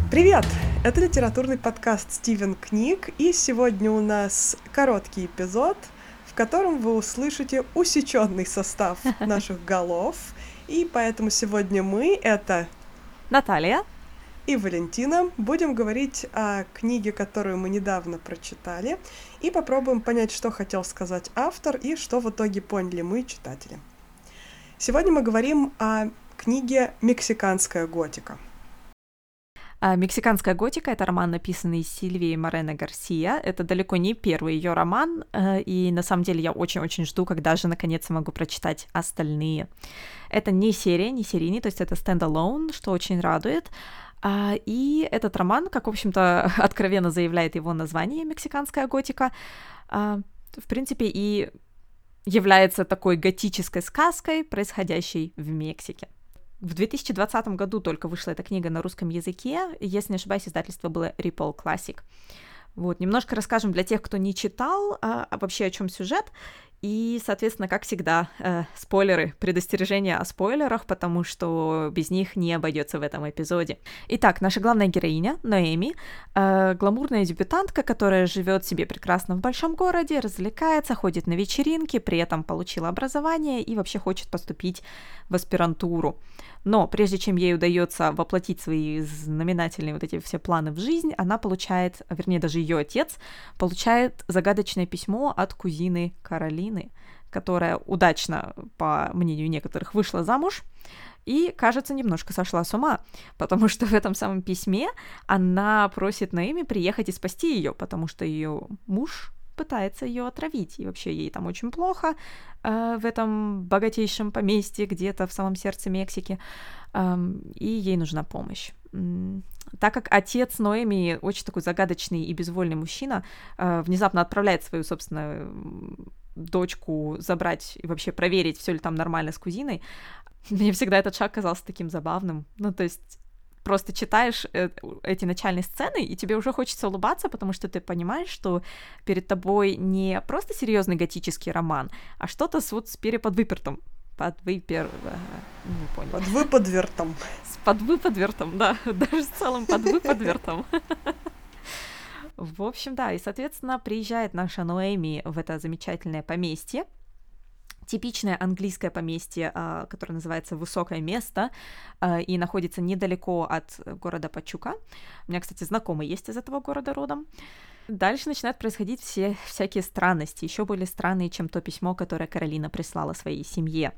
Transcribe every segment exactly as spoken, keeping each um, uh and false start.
Привет! Это литературный подкаст «Стивен Книг», и сегодня у нас короткий эпизод, в котором вы услышите усеченный состав наших голов, и поэтому сегодня мы — это Наталья и Валентина. Будем говорить о книге, которую мы недавно прочитали, и попробуем понять, что хотел сказать автор и что в итоге поняли мы, читатели. Сегодня мы говорим о книге «Мексиканская готика». «Мексиканская готика» — это роман, написанный Сильвией Морено Гарсия. Это далеко не первый ее роман, и на самом деле я очень-очень жду, когда же наконец могу прочитать остальные. Это не серия, не серийный, то есть это стендалон, что очень радует. И этот роман, как, в общем-то, откровенно заявляет его название «Мексиканская готика», в принципе, и является такой готической сказкой, происходящей в Мексике. В две тысячи двадцатом году только вышла эта книга на русском языке. Если не ошибаюсь, издательство было Ripple Classic. Вот, немножко расскажем для тех, кто не читал, а, а вообще о чем сюжет. И, соответственно, как всегда, э, спойлеры, предостережения о спойлерах, потому что без них не обойдется в этом эпизоде. Итак, наша главная героиня, Ноэми, э, гламурная дебютантка, которая живет себе прекрасно в большом городе, развлекается, ходит на вечеринки, при этом получила образование и вообще хочет поступить в аспирантуру. Но прежде чем ей удается воплотить свои знаменательные вот эти все планы в жизнь, она получает, вернее, даже ее отец получает загадочное письмо от кузины Каролины, которая удачно, по мнению некоторых, вышла замуж и, кажется, немножко сошла с ума, потому что в этом самом письме она просит Ноэми приехать и спасти ее, потому что ее муж пытается ее отравить, и вообще ей там очень плохо э, в этом богатейшем поместье где-то в самом сердце Мексики, э, и ей нужна помощь. Так как отец Ноэми очень такой загадочный и безвольный мужчина, э, внезапно отправляет свою, собственно, дочку забрать и вообще проверить, все ли там нормально с кузиной, мне всегда этот шаг казался таким забавным. Ну, то есть просто читаешь э- эти начальные сцены, и тебе уже хочется улыбаться, потому что ты понимаешь, что перед тобой не просто серьезный готический роман, а что-то с, вот с переподвыпертом. Подвыпер... Не понял. Подвыподвертом. С подвыподвертом, да. Даже с целым подвыподвертом. В общем, да, и, соответственно, приезжает наша Ноэми в это замечательное поместье, типичное английское поместье, которое называется «Высокое место», и находится недалеко от города Пачука. У меня, кстати, знакомый есть из этого города родом. Дальше начинают происходить все всякие странности, еще более странные, чем то письмо, которое Каролина прислала своей семье.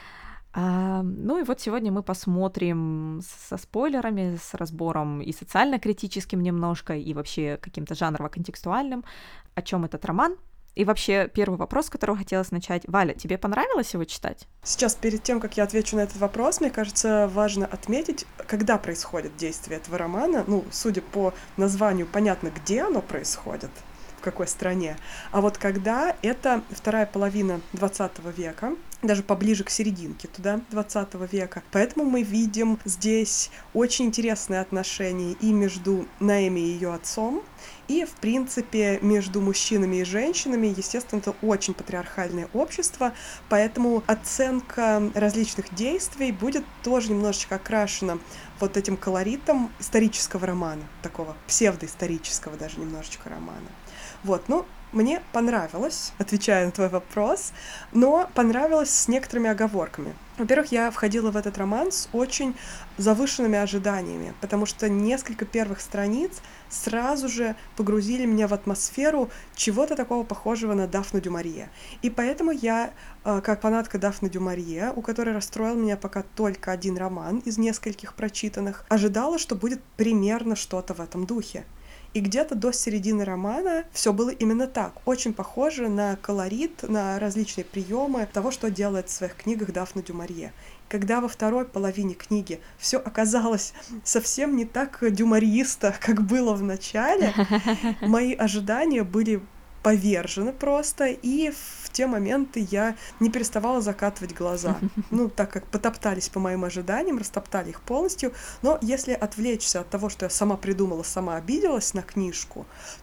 А, ну и вот сегодня мы посмотрим со спойлерами, с разбором и социально-критическим немножко, и вообще каким-то жанрово-контекстуальным, о чем этот роман. И вообще, первый вопрос, с которого хотелось начать. Валя, тебе понравилось его читать? Сейчас, перед тем, как я отвечу на этот вопрос, мне кажется, важно отметить, когда происходит действие этого романа. Ну, судя по названию, понятно, где оно происходит, в какой стране. А вот когда — это вторая половина двадцатого века, даже поближе к серединке туда, двадцатого века. Поэтому мы видим здесь очень интересные отношения и между Ноэми и ее отцом, и, в принципе, между мужчинами и женщинами. Естественно, это очень патриархальное общество, поэтому оценка различных действий будет тоже немножечко окрашена вот этим колоритом исторического романа, такого псевдоисторического даже немножечко романа. Вот, ну, мне понравилось, отвечая на твой вопрос, но понравилось с некоторыми оговорками. Во-первых, я входила в этот роман с очень завышенными ожиданиями, потому что несколько первых страниц сразу же погрузили меня в атмосферу чего-то такого похожего на Дафну дю Марье. И поэтому я, как фанатка Дафны дю Марье, у которой расстроил меня пока только один роман из нескольких прочитанных, ожидала, что будет примерно что-то в этом духе. И где-то до середины романа все было именно так. Очень похоже на колорит, на различные приемы того, что делает в своих книгах Дафна дю Марье. Когда во второй половине книги все оказалось совсем не так дюмарьисто, как было в начале, мои ожидания были повержены просто, и в те моменты я не переставала закатывать глаза. Ну, так как потоптались по моим ожиданиям, растоптали их полностью. Но если отвлечься от того, что я сама придумала, сама обиделась на книжку,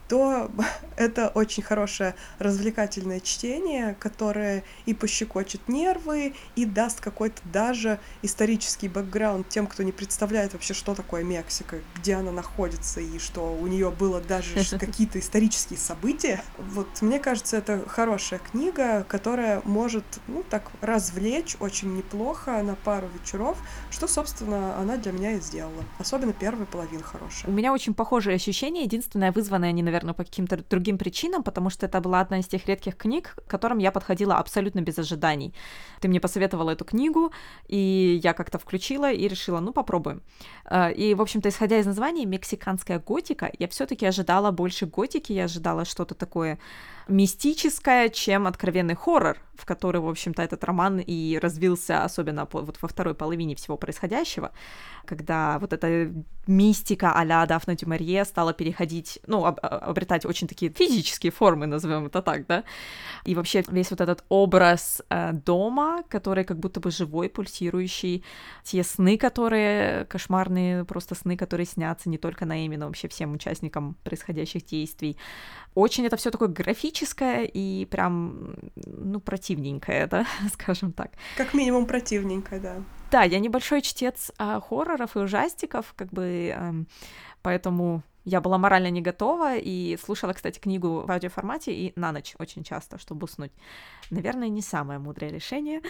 то это очень хорошее развлекательное чтение, которое и пощекочет нервы, и даст какой-то даже исторический бэкграунд тем, кто не представляет вообще, что такое Мексика, где она находится, и что у нее было даже какие-то исторические события. Вот, мне кажется, это хорошая книга, которая может, ну, так развлечь очень неплохо на пару вечеров, что, собственно, она для меня и сделала. Особенно первая половина хорошая. У меня очень похожие ощущения, единственное, вызванное они, наверное, по каким-то другим причинам, потому что это была одна из тех редких книг, к которым я подходила абсолютно без ожиданий. Ты мне посоветовала эту книгу, и я как-то включила и решила, ну, попробуем. И, в общем-то, исходя из названия «Мексиканская готика», я все-таки ожидала больше готики, я ожидала что-то такое мистическое, чем откровенный хоррор, в который, в общем-то, этот роман и развился, особенно вот во второй половине всего происходящего, когда вот эта мистика а-ля Дафна дю Марье стала переходить, ну, об- обретать очень такие физические формы, назовем это так, да, и вообще весь вот этот образ э, дома, который как будто бы живой, пульсирующий, те сны, которые кошмарные, просто сны, которые снятся не только Наэми, но вообще всем участникам происходящих действий. Очень это все такое графическое и прям, ну, противненькое, да, скажем так. Как минимум противненькое, да. Да, я небольшой чтец а, хорроров и ужастиков, как бы, эм, поэтому я была морально не готова и слушала, кстати, книгу в аудиоформате и на ночь очень часто, чтобы уснуть. Наверное, не самое мудрое решение.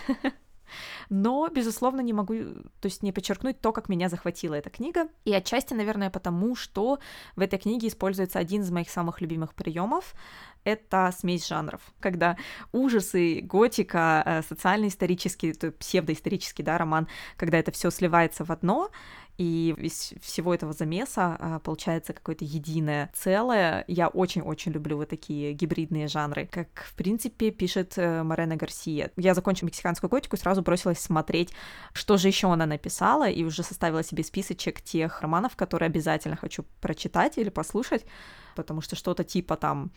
Но, безусловно, не могу, то есть не подчеркнуть то, как меня захватила эта книга. И отчасти, наверное, потому, что в этой книге используется один из моих самых любимых приемов. Это смесь жанров, когда ужасы, готика, социально-исторический, псевдоисторический, да, роман, когда это все сливается в одно, и из всего этого замеса а, получается какое-то единое целое. Я очень-очень люблю вот такие гибридные жанры, как, в принципе, пишет э, Морена Гарсия. Я закончила «Мексиканскую готику» и сразу бросилась смотреть, что же еще она написала, и уже составила себе списочек тех романов, которые обязательно хочу прочитать или послушать, потому что что-то типа там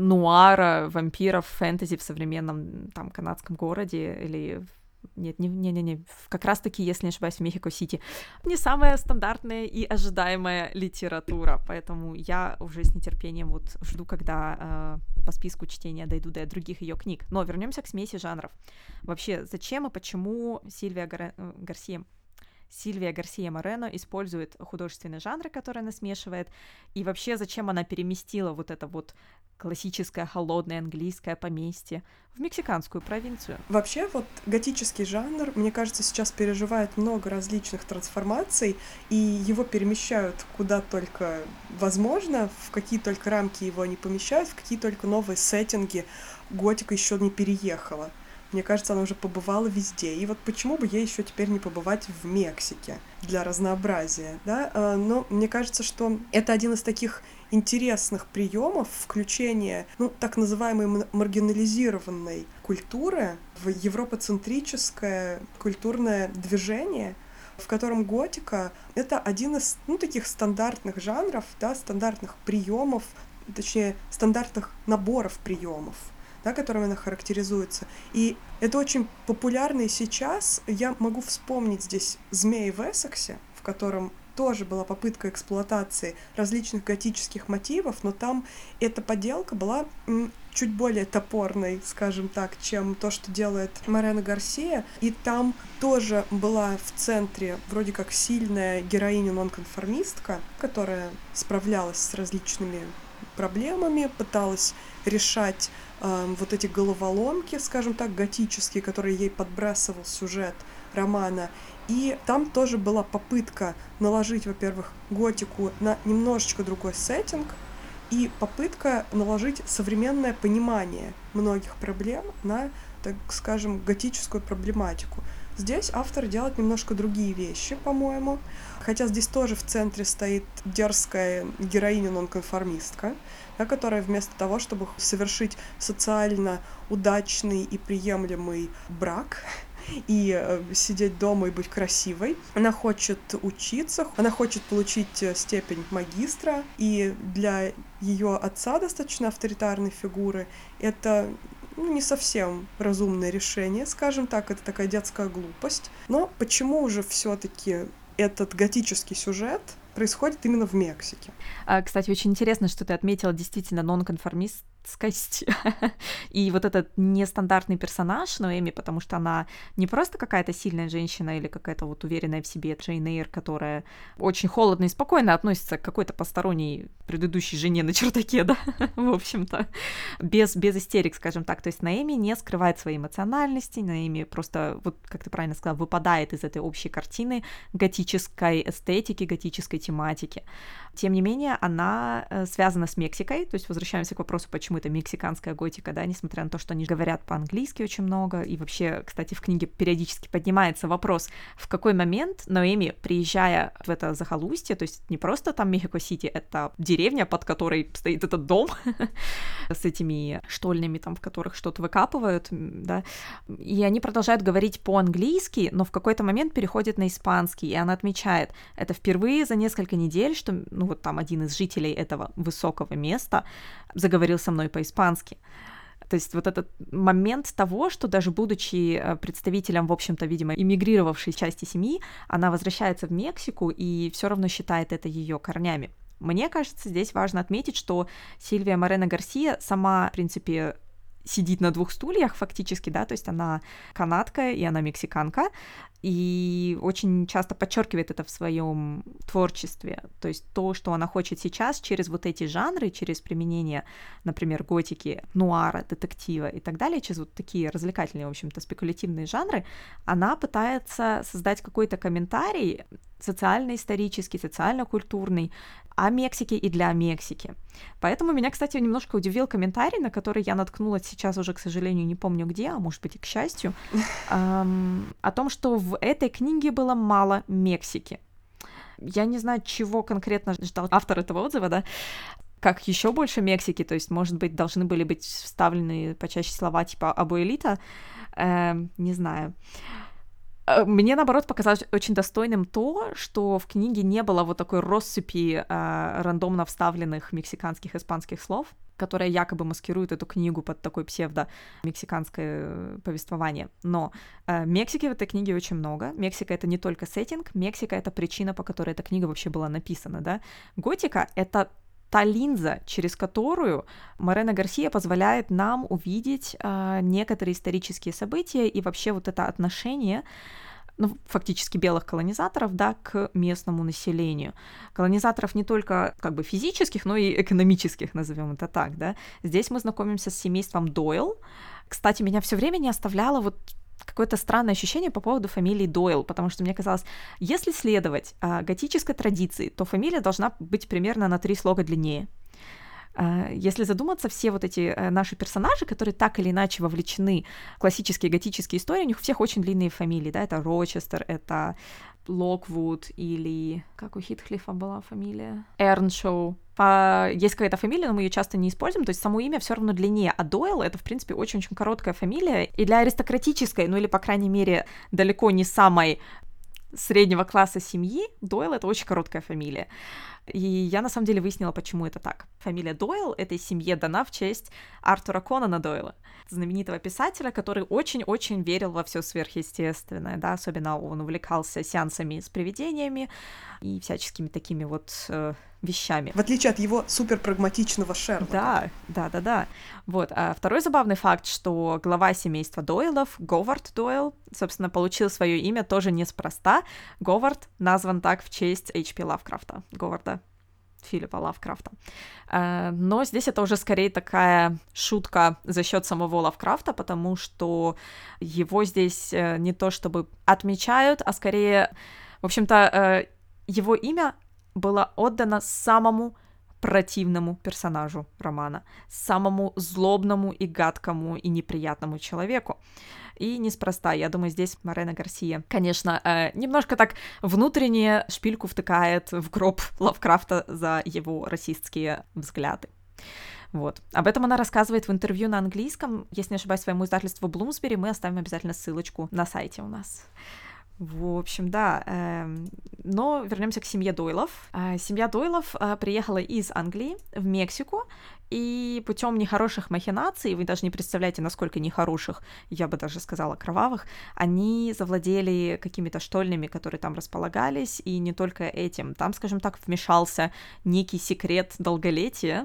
нуара, вампиров, фэнтези в современном там канадском городе или... Нет, не-не-не, как раз-таки, если не ошибаюсь, в Мехико-Сити. Не самая стандартная и ожидаемая литература, поэтому я уже с нетерпением вот жду, когда э, по списку чтения дойду до других ее книг. Но вернемся к смеси жанров. Вообще, зачем и почему Сильвия Гар... Гарсия... Сильвия Гарсия Морено использует художественные жанры, которые она смешивает, и вообще зачем она переместила вот это вот классическое холодное английское поместье в мексиканскую провинцию. Вообще вот готический жанр, мне кажется, сейчас переживает много различных трансформаций, и его перемещают куда только возможно, в какие только рамки его не помещают, в какие только новые сеттинги. Готика еще не переехала. Мне кажется, она уже побывала везде. И вот почему бы ей еще теперь не побывать в Мексике для разнообразия, да? Но мне кажется, что это один из таких интересных приемов включения, ну, так называемой маргинализированной культуры в европоцентрическое культурное движение, в котором готика — это один из, ну, таких стандартных жанров, да, стандартных приемов, точнее, стандартных наборов приемов, да, которыми она характеризуется. И это очень популярно и сейчас. Я могу вспомнить здесь «Змеи в Эссексе», в котором тоже была попытка эксплуатации различных готических мотивов, но там эта поделка была м, чуть более топорной, скажем так, чем то, что делает Морена Гарсия. И там тоже была в центре вроде как сильная героиня-нонконформистка, которая справлялась с различными проблемами, пыталась решать э, вот эти головоломки, скажем так, готические, которые ей подбрасывал сюжет романа. И там тоже была попытка наложить, во-первых, готику на немножечко другой сеттинг, и попытка наложить современное понимание многих проблем на, так скажем, готическую проблематику. Здесь автор делает немножко другие вещи, по-моему. Хотя здесь тоже в центре стоит дерзкая героиня-нонконформистка, да, которая вместо того, чтобы совершить социально удачный и приемлемый брак и э, сидеть дома и быть красивой, она хочет учиться, она хочет получить степень магистра, и для ее отца, достаточно авторитарной фигуры, это, ну, не совсем разумное решение, скажем так, это такая детская глупость. Но почему же все-таки этот готический сюжет происходит именно в Мексике. А, кстати, очень интересно, что ты отметила действительно нонконформистскость и вот этот нестандартный персонаж Ноэми, потому что она не просто какая-то сильная женщина или какая-то вот уверенная в себе Джейн Эйр, которая очень холодно и спокойно относится к какой-то посторонней предыдущей жене на чердаке, да, в общем-то, без, без истерик, скажем так. То есть Ноэми не скрывает своей эмоциональности, Ноэми просто, вот как ты правильно сказала, выпадает из этой общей картины готической эстетики, готической тематики. Тем не менее, она связана с Мексикой, то есть возвращаемся к вопросу, почему это мексиканская готика, да, несмотря на то, что они говорят по-английски очень много, и вообще, кстати, в книге периодически поднимается вопрос, в какой момент Ноэми, приезжая в это захолустье, то есть не просто там Мехико-Сити, это деревня, под которой стоит этот дом с этими штольнями, там, в которых что-то выкапывают, да, и они продолжают говорить по-английски, но в какой-то момент переходят на испанский, и она отмечает, это впервые за несколько недель, что, ну, вот там один из жителей этого высокого места заговорил со мной по-испански. То есть вот этот момент того, что даже будучи представителем, в общем-то, видимо, эмигрировавшей части семьи, она возвращается в Мексику и все равно считает это ее корнями. Мне кажется, здесь важно отметить, что Сильвия Морено Гарсия сама, в принципе, сидит на двух стульях фактически, да, то есть она канадка и она мексиканка, и очень часто подчеркивает это в своем творчестве, то есть то, что она хочет сейчас через вот эти жанры, через применение, например, готики, нуара, детектива и так далее, через вот такие развлекательные, в общем-то, спекулятивные жанры, она пытается создать какой-то комментарий социально-исторический, социально-культурный о Мексике и для Мексики. Поэтому меня, кстати, немножко удивил комментарий, на который я наткнулась сейчас уже, к сожалению, не помню где, а может быть и к счастью, эм, о том, что в этой книге было мало Мексики. Я не знаю, чего конкретно ждал автор этого отзыва, да, как еще больше Мексики, то есть, может быть, должны были быть вставлены почаще слова типа «абуэлита», эм, не знаю. Мне, наоборот, показалось очень достойным то, что в книге не было вот такой россыпи э, рандомно вставленных мексиканских, испанских слов, которая якобы маскирует эту книгу под такое псевдо-мексиканское повествование. Но э, Мексики в этой книге очень много. Мексика — это не только сеттинг, Мексика — это причина, по которой эта книга вообще была написана, да. Готика — это та линза, через которую Морено Гарсия позволяет нам увидеть э, некоторые исторические события и вообще вот это отношение, ну, фактически белых колонизаторов, да, к местному населению. Колонизаторов не только как бы физических, но и экономических, назовем это так, да. Здесь мы знакомимся с семейством Дойл. Кстати, меня все время не оставляло вот какое-то странное ощущение по поводу фамилии Дойл, потому что мне казалось, если следовать э, готической традиции, то фамилия должна быть примерно на три слога длиннее. Э, если задуматься, все вот эти э, наши персонажи, которые так или иначе вовлечены в классические готические истории, у них у всех очень длинные фамилии, да, это Рочестер, это Локвуд или... Как у Хитклифа была фамилия? Эрншоу. А, есть какая-то фамилия, но мы ее часто не используем, то есть само имя все равно длиннее, а Дойл — это, в принципе, очень-очень короткая фамилия, и для аристократической, ну или, по крайней мере, далеко не самой среднего класса семьи, Дойл — это очень короткая фамилия. И я, на самом деле, выяснила, почему это так. Фамилия Дойл этой семье дана в честь Артура Конана Дойла, знаменитого писателя, который очень-очень верил во все сверхъестественное, да, особенно он увлекался сеансами с привидениями и всяческими такими вот э, вещами. В отличие от его суперпрагматичного Шерлока. Да, да, да, да. Вот. А второй забавный факт, что глава семейства Дойлов, Говард Дойл, собственно, получил свое имя тоже неспроста. Говард назван так в честь Эйч Пи Лавкрафта, Говарда Филиппа Лавкрафта. Но здесь это уже скорее такая шутка за счет самого Лавкрафта, потому что его здесь не то чтобы отмечают, а скорее, в общем-то, его имя было отдано самому противному персонажу романа, самому злобному и гадкому и неприятному человеку. И неспроста, я думаю, здесь Морено Гарсия, конечно, э, немножко так внутренне шпильку втыкает в гроб Лавкрафта за его расистские взгляды. Вот. Об этом она рассказывает в интервью на английском, если не ошибаюсь, своему издательству Bloomsbury, мы оставим обязательно ссылочку на сайте у нас. В общем, да. эм, Но вернемся к семье Дойлов. А, Семья Дойлов а, приехала из Англии в Мексику, и путем нехороших махинаций, вы даже не представляете, насколько нехороших, я бы даже сказала, кровавых, они завладели какими-то штольнями, которые там располагались, и не только этим. Там, скажем так, вмешался некий секрет долголетия,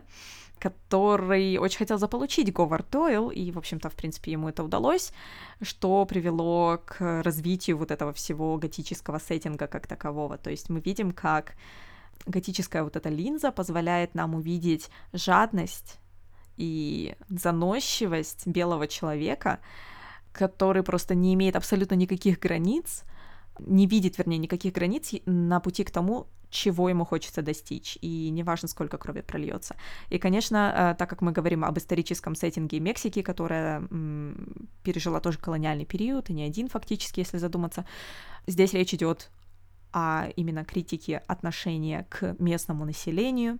который очень хотел заполучить Говард Дойл, и, в общем-то, в принципе, ему это удалось, что привело к развитию вот этого всего готического сеттинга как такового. То есть мы видим, как готическая вот эта линза позволяет нам увидеть жадность и заносчивость белого человека, который просто не имеет абсолютно никаких границ, не видит, вернее, никаких границ на пути к тому, чего ему хочется достичь, и неважно, сколько крови прольется. И, конечно, так как мы говорим об историческом сеттинге Мексики, которая м, пережила тоже колониальный период, и не один фактически, если задуматься, здесь речь идет о именно критике отношения к местному населению,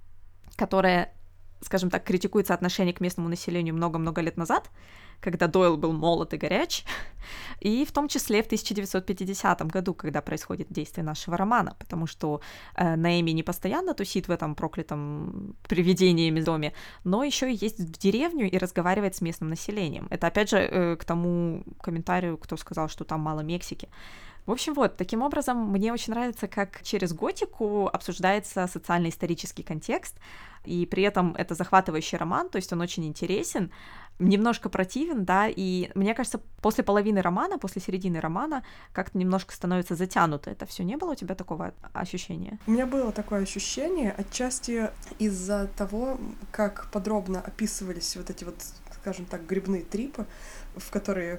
которое, скажем так, критикуется отношение к местному населению много-много лет назад, когда Дойл был молод и горяч, и в том числе в тысяча девятьсот пятидесятом году, когда происходит действие нашего романа, потому что э, Наэми не постоянно тусит в этом проклятом привидениями доме, но еще и ездит в деревню и разговаривает с местным населением. Это, опять же, э, к тому комментарию, кто сказал, что там мало Мексики. В общем, вот, таким образом, мне очень нравится, как через готику обсуждается социально-исторический контекст, и при этом это захватывающий роман, то есть он очень интересен, немножко противен, да, и мне кажется, после половины романа, после середины романа как-то немножко становится затянуто. Это все. Не было у тебя такого ощущения? У меня было такое ощущение, отчасти из-за того, как подробно описывались вот эти вот, скажем так, грибные трипы, в которые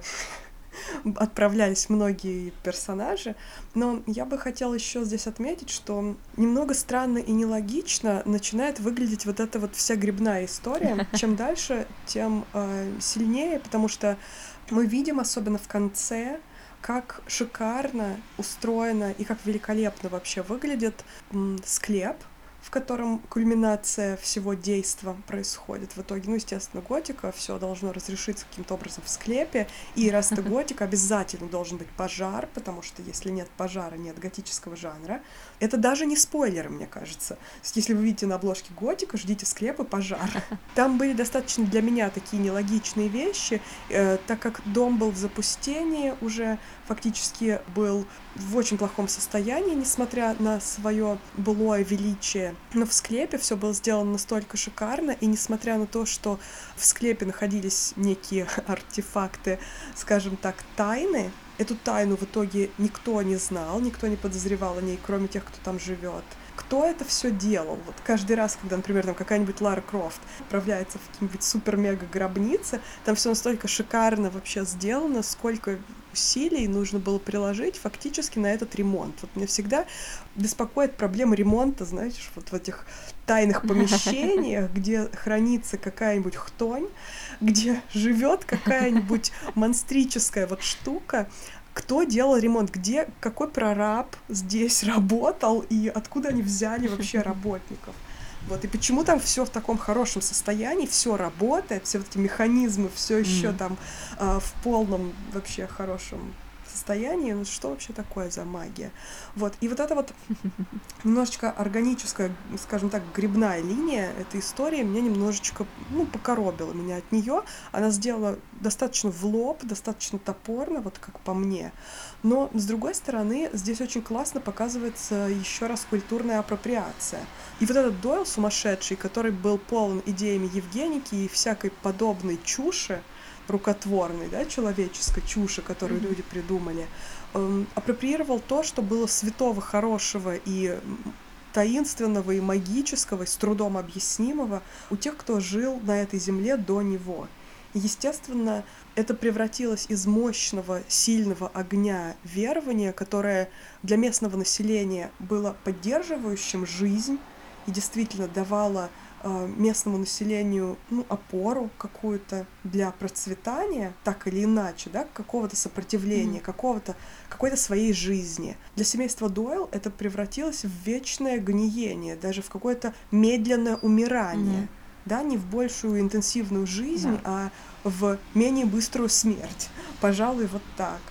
отправлялись многие персонажи, но я бы хотела еще здесь отметить, что немного странно и нелогично начинает выглядеть вот эта вот вся грибная история. Чем дальше, тем э, сильнее, потому что мы видим, особенно в конце, как шикарно устроено и как великолепно вообще выглядит м, склеп, в котором кульминация всего действа происходит в итоге. Ну, естественно, готика, все должно разрешиться каким-то образом в склепе, и раз это готика, обязательно должен быть пожар, потому что если нет пожара, нет готического жанра. Это даже не спойлеры, мне кажется. То есть, если вы видите на обложке готика, ждите склеп и пожар. Там были достаточно для меня такие нелогичные вещи, э, так как дом был в запустении, уже фактически был в очень плохом состоянии, несмотря на свое былое величие. Но в склепе все было сделано настолько шикарно, и несмотря на то, что в склепе находились некие артефакты, скажем так, тайны, эту тайну в итоге никто не знал, никто не подозревал о ней, кроме тех, кто там живет. Кто это все делал? Вот каждый раз, когда, например, там какая-нибудь Лара Крофт отправляется в какие-нибудь супер-мега-гробницы, там все настолько шикарно вообще сделано, сколько усилий нужно было приложить фактически на этот ремонт. Вот меня всегда беспокоит проблема ремонта, знаешь, вот в этих тайных помещениях, где хранится какая-нибудь хтонь, где живет какая-нибудь монстрическая вот штука. Кто делал ремонт, где, какой прораб здесь работал, и откуда они взяли вообще работников. Вот, и почему там все в таком хорошем состоянии, все работает, все вот эти механизмы все еще mm. там э, в полном вообще хорошем состоянии, ну что вообще такое за магия? Вот, и вот эта вот немножечко органическая, скажем так, грибная линия этой истории меня немножечко, ну, покоробила меня от нее. Она сделала достаточно в лоб, достаточно топорно, вот как по мне. Но, с другой стороны, здесь очень классно показывается еще раз культурная апроприация. И вот этот Дойл сумасшедший, который был полон идеями Евгеники и всякой подобной чуши, рукотворной, да, человеческой чуши, которую mm-hmm. люди придумали, эм, апроприировал то, что было святого, хорошего и таинственного, и магического, и с трудом объяснимого у тех, кто жил на этой земле до него. И, естественно, это превратилось из мощного, сильного огня верования, которое для местного населения было поддерживающим жизнь и действительно давало местному населению, ну, опору какую-то для процветания, так или иначе, да, какого-то сопротивления, mm-hmm. какого-то, какой-то своей жизни. Для семейства Дойл это превратилось в вечное гниение, даже в какое-то медленное умирание, mm-hmm. да, не в большую интенсивную жизнь, yeah. а в менее быструю смерть. Пожалуй, вот так.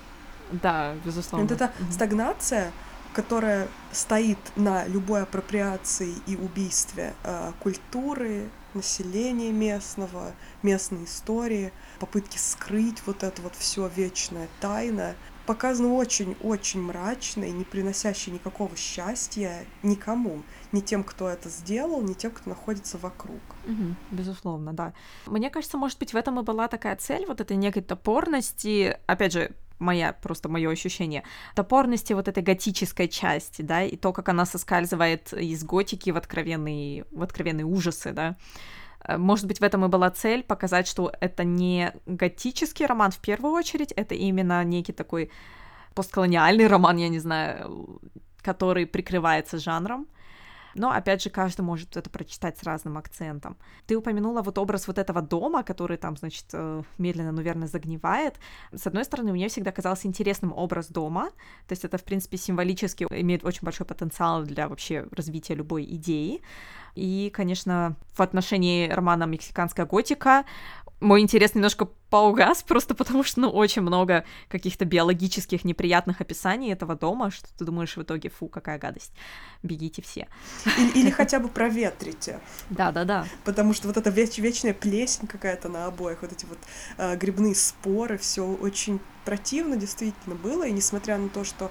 Да, безусловно. Вот эта Мгм. стагнация, которая стоит на любой апроприации и убийстве э, культуры, населения местного, местной истории, попытки скрыть вот это вот все вечная тайна, показано очень-очень мрачно и не приносящее никакого счастья никому, ни тем, кто это сделал, ни тем, кто находится вокруг. Мгм. Безусловно, да. Мне кажется, может быть, в этом и была такая цель вот этой некой топорности, опять же, моя, просто мое ощущение, топорности вот этой готической части, да, и то, как она соскальзывает из готики в откровенные, в откровенные ужасы, да. Э, Может быть, в этом и была цель показать, что это не готический роман в первую очередь, это именно некий такой постколониальный роман, я не знаю, который прикрывается жанром. Но, опять же, каждый может это прочитать с разным акцентом. Ты упомянула вот образ вот этого дома, который там, значит, э, медленно, но верно загнивает. С одной стороны, мне всегда казался интересным образ дома, то есть это, в принципе, символически имеет очень большой потенциал для вообще развития любой идеи. И, конечно, в отношении романа «Мексиканская готика» мой интерес немножко поугас, просто потому что, ну, очень много каких-то биологических неприятных описаний этого дома, что ты думаешь в итоге, фу, какая гадость, бегите все. Или, или хотя бы проветрите. Да-да-да. Потому что вот эта веч- вечная плесень какая-то на обоях, вот эти вот э, грибные споры, все очень противно действительно было. И несмотря на то, что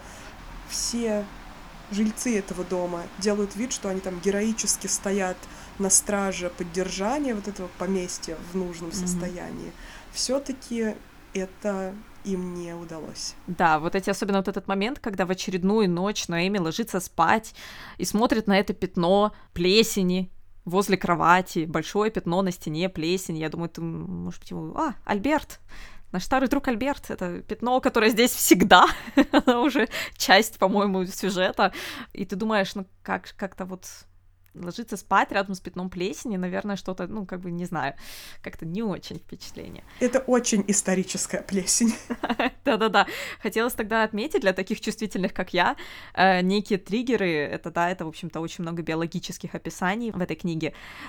все жильцы этого дома делают вид, что они там героически стоят на страже поддержания вот этого поместья в нужном Мгм. состоянии, все-таки это им не удалось. Да, вот эти, особенно вот этот момент, когда в очередную ночь Ноэми ложится спать и смотрит на это пятно плесени возле кровати, большое пятно на стене, плесень. Я думаю, ты, может быть, его... А, Альберт! Наш старый друг Альберт, это пятно, которое здесь всегда, оно уже часть, по-моему, сюжета. И ты думаешь, ну как, как-то вот ложиться спать рядом с пятном плесени, наверное, что-то, ну, как бы, не знаю, как-то не очень впечатление. Это очень историческая плесень. Да-да-да. Хотелось тогда отметить для таких чувствительных, как я, э, некие триггеры. Это, да, это, в общем-то, очень много биологических описаний в этой книге.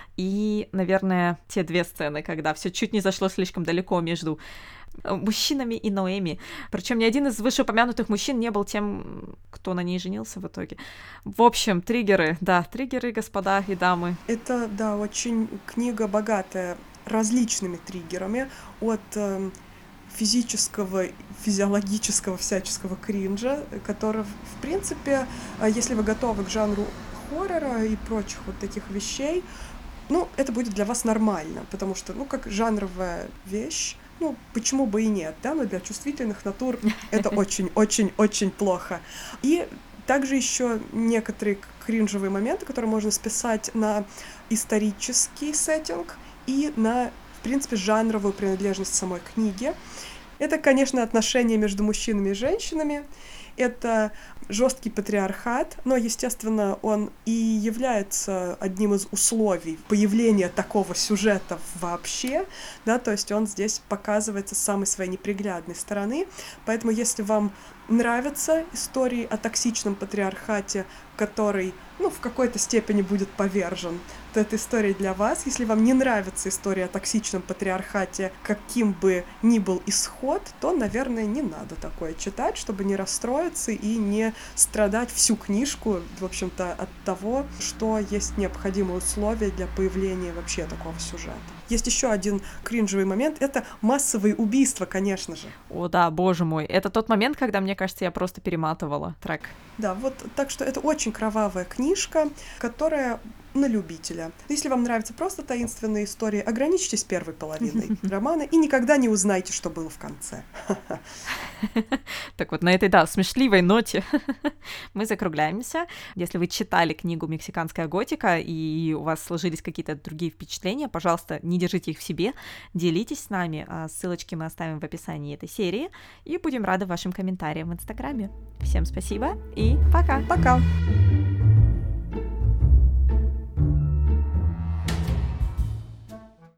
И, наверное, те две сцены, когда все чуть не зашло слишком далеко между мужчинами и Ноэми. Причем ни один из вышеупомянутых мужчин не был тем, кто на ней женился в итоге. В общем, триггеры, да, триггеры, господа и дамы. Это, да, очень книга богатая различными триггерами, от э, физического, физиологического всяческого кринжа, который, в принципе, э, если вы готовы к жанру хоррора и прочих вот таких вещей, ну, это будет для вас нормально, потому что, ну, как жанровая вещь, ну, почему бы и нет, да, но для чувствительных натур это очень-очень-очень плохо. И также еще некоторые кринжевые моменты, которые можно списать на исторический сеттинг и на, в принципе, жанровую принадлежность самой книги. Это, конечно, отношения между мужчинами и женщинами, это жесткий патриархат, но, естественно, он и является одним из условий появления такого сюжета вообще, да, то есть он здесь показывается с самой своей неприглядной стороны, поэтому если вам нравятся истории о токсичном патриархате, который, ну, в какой-то степени будет повержен, то эта история для вас. Если вам не нравится история о токсичном патриархате, каким бы ни был исход, то, наверное, не надо такое читать, чтобы не расстроиться и не страдать всю книжку, в общем-то, от того, что есть необходимые условия для появления вообще такого сюжета. Есть еще один кринжевый момент — это массовые убийства, конечно же. О, да, боже мой. Это тот момент, когда, мне кажется, я просто перематывала трек. Да, вот так что это очень кровавая книжка, которая на любителя. Если вам нравятся просто таинственные истории, ограничьтесь первой половиной романа и никогда не узнайте, что было в конце. Так вот, на этой, да, смешливой ноте мы закругляемся. Если вы читали книгу «Мексиканская готика» и у вас сложились какие-то другие впечатления, пожалуйста, не держите их в себе, делитесь с нами. Ссылочки мы оставим в описании этой серии и будем рады вашим комментариям в Инстаграме. Всем спасибо и пока! Пока!